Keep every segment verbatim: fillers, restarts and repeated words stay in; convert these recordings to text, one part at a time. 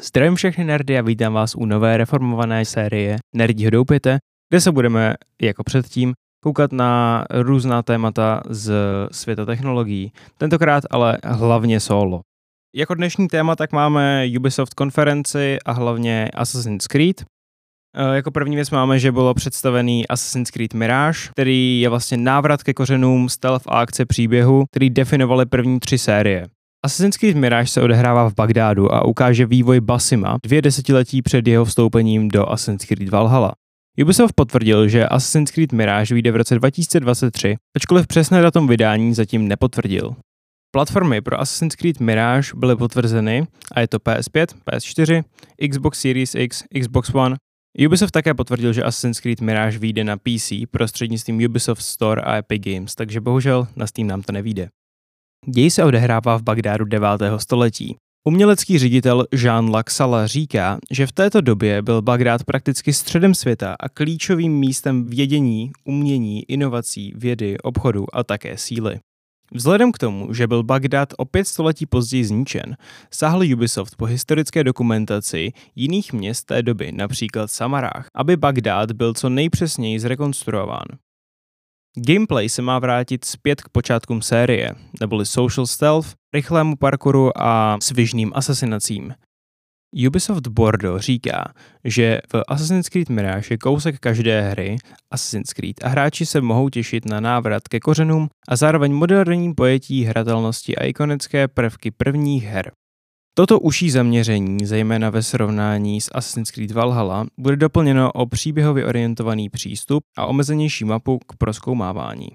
Zdravím všechny nerdy a vítám vás u nové reformované série Nerdi ho doupěte, kde se budeme, jako předtím, koukat na různá témata z světa technologií. Tentokrát ale hlavně solo. Jako dnešní téma tak máme Ubisoft konferenci a hlavně Assassin's Creed. Jako první věc máme, že bylo představený Assassin's Creed Mirage, který je vlastně návrat ke kořenům stealth a akce příběhu, který definovaly první tři série. Assassin's Creed Mirage se odehrává v Bagdádu a ukáže vývoj Basima dvě desetiletí před jeho vstoupením do Assassin's Creed Valhalla. Ubisoft potvrdil, že Assassin's Creed Mirage vyjde v roce dva tisíce dvacet tři, ačkoliv přesné datum vydání zatím nepotvrdil. Platformy pro Assassin's Creed Mirage byly potvrzeny a je to P S pět, P S čtyři, Xbox Series X, Xbox One. Ubisoft také potvrdil, že Assassin's Creed Mirage vyjde na P C prostřednictvím Ubisoft Store a Epic Games, takže bohužel na Steam nám to nevyjde. Děj se odehrává v Bagdádu devátého století. Umělecký ředitel Jean Laxala říká, že v této době byl Bagdád prakticky středem světa a klíčovým místem vědění, umění, inovací, vědy, obchodu a také síly. Vzhledem k tomu, že byl Bagdád o pět století později zničen, sáhl Ubisoft po historické dokumentaci jiných měst té doby, například Samarách, aby Bagdád byl co nejpřesněji zrekonstruován. Gameplay se má vrátit zpět k počátkům série, neboli social stealth, rychlému parkouru a svižným asasinacím. Ubisoft Bordeaux říká, že v Assassin's Creed Mirage je kousek každé hry Assassin's Creed a hráči se mohou těšit na návrat ke kořenům a zároveň moderním pojetí hratelnosti a ikonické prvky prvních her. Toto užší zaměření, zejména ve srovnání s Assassin's Creed Valhalla, bude doplněno o příběhově orientovaný přístup a omezenější mapu k prozkoumávání.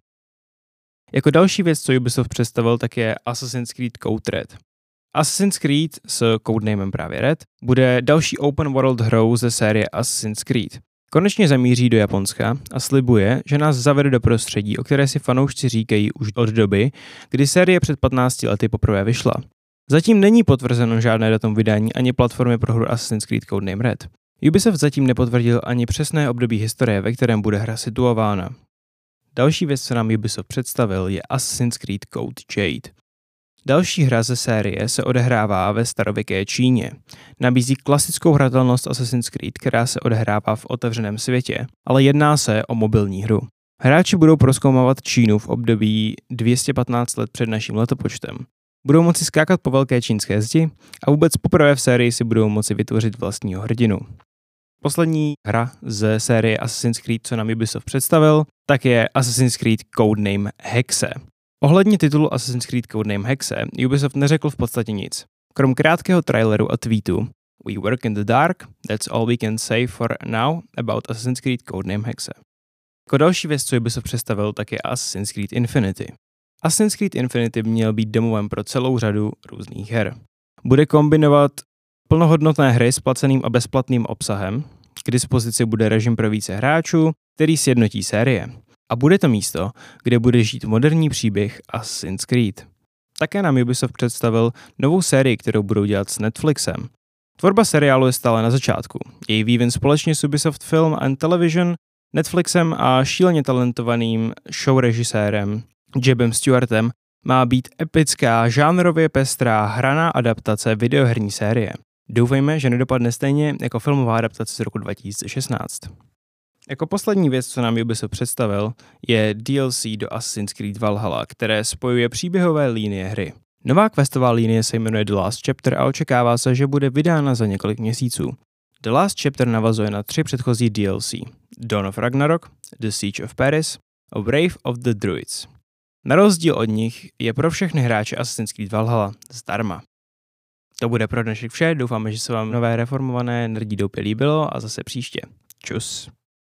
Jako další věc, co Ubisoft představil, tak je Assassin's Creed Code Red. Assassin's Creed s codenamem právě Red bude další open world hrou ze série Assassin's Creed. Konečně zamíří do Japonska a slibuje, že nás zavede do prostředí, o které si fanoušci říkají už od doby, kdy série před patnácti lety poprvé vyšla. Zatím není potvrzeno žádné datum vydání ani platformy pro hru Assassin's Creed Codename Red. Ubisoft zatím nepotvrdil ani přesné období historie, ve kterém bude hra situována. Další věc, co nám Ubisoft představil, je Assassin's Creed Code Jade. Další hra ze série se odehrává ve starověké Číně. Nabízí klasickou hratelnost Assassin's Creed, která se odehrává v otevřeném světě, ale jedná se o mobilní hru. Hráči budou prozkoumávat Čínu v období dvě stě patnáct let před naším letopočtem. Budou moci skákat po velké čínské zdi a vůbec poprvé v sérii si budou moci vytvořit vlastního hrdinu. Poslední hra ze série Assassin's Creed, co nám Ubisoft představil, tak je Assassin's Creed Codename Hexe. Ohledně titulu Assassin's Creed Codename Hexe Ubisoft neřekl v podstatě nic. Krom krátkého traileru a tweetu We work in the dark, that's all we can say for now about Assassin's Creed Codename Hexe. Jako další věc, co Ubisoft představil, tak je Assassin's Creed Infinity. Assassin's Creed Infinity měl být domovem pro celou řadu různých her. Bude kombinovat plnohodnotné hry s placeným a bezplatným obsahem, k dispozici bude režim pro více hráčů, který sjednotí série. A bude to místo, kde bude žít moderní příběh Assassin's Creed. Také nám Ubisoft představil novou sérii, kterou budou dělat s Netflixem. Tvorba seriálu je stále na začátku. Její vývin společně s Ubisoft Film and Television, Netflixem a šíleně talentovaným show režisérem Jebem Stewartem má být epická, žánrově pestrá, hraná adaptace videoherní série. Doufejme, že nedopadne stejně jako filmová adaptace z roku dva tisíce šestnáct. Jako poslední věc, co nám Ubisoft představil, je D L C do Assassin's Creed Valhalla, které spojuje příběhové linie hry. Nová questová linie se jmenuje The Last Chapter a očekává se, že bude vydána za několik měsíců. The Last Chapter navazuje na tři předchozí D L C. Dawn of Ragnarok, The Siege of Paris a Wrath of the Druids. Na rozdíl od nich je pro všechny hráče Assassin's Creed Valhalla zdarma. To bude pro dnešek vše, doufáme, že se vám nové reformované Nerdi doupě líbilo a zase příště. Čus.